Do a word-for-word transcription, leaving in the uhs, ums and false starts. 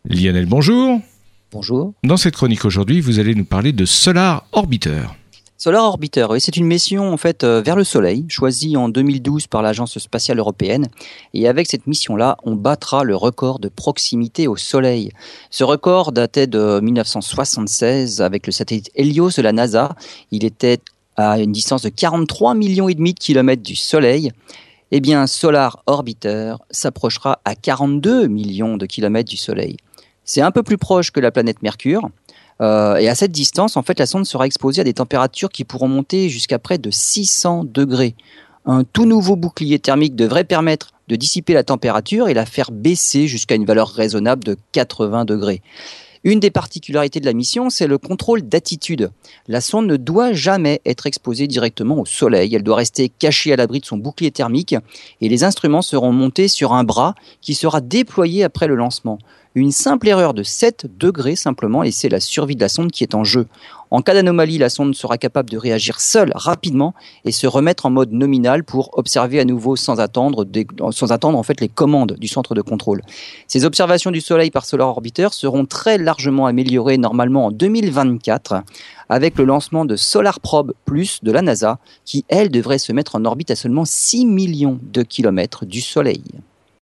Lionel, bonjour. Bonjour. Dans cette chronique aujourd'hui, vous allez nous parler de Solar Orbiter. Solar Orbiter, oui, c'est une mission en fait euh, vers le Soleil, choisie en deux mille douze par l'Agence spatiale européenne. Et avec cette mission-là, on battra le record de proximité au Soleil. Ce record datait de dix-neuf cent soixante-seize avec le satellite Helios de la NASA. Il était à une distance de quarante-trois millions et demi de kilomètres du Soleil. Eh bien, Solar Orbiter s'approchera à quarante-deux millions de kilomètres du Soleil. C'est un peu plus proche que la planète Mercure. Euh, et à cette distance, en fait, la sonde sera exposée à des températures qui pourront monter jusqu'à près de six cents degrés. Un tout nouveau bouclier thermique devrait permettre de dissiper la température et la faire baisser jusqu'à une valeur raisonnable de quatre-vingts degrés. Une des particularités de la mission, c'est le contrôle d'attitude. La sonde ne doit jamais être exposée directement au soleil. Elle doit rester cachée à l'abri de son bouclier thermique et les instruments seront montés sur un bras qui sera déployé après le lancement. Une simple erreur de sept degrés simplement et c'est la survie de la sonde qui est en jeu. En cas d'anomalie, la sonde sera capable de réagir seule rapidement et se remettre en mode nominal pour observer à nouveau sans attendre, des, sans attendre en fait les commandes du centre de contrôle. Ces observations du Soleil par Solar Orbiter seront très largement améliorées normalement en deux mille vingt-quatre avec le lancement de Solar Probe Plus de la NASA qui, elle, devrait se mettre en orbite à seulement six millions de kilomètres du Soleil.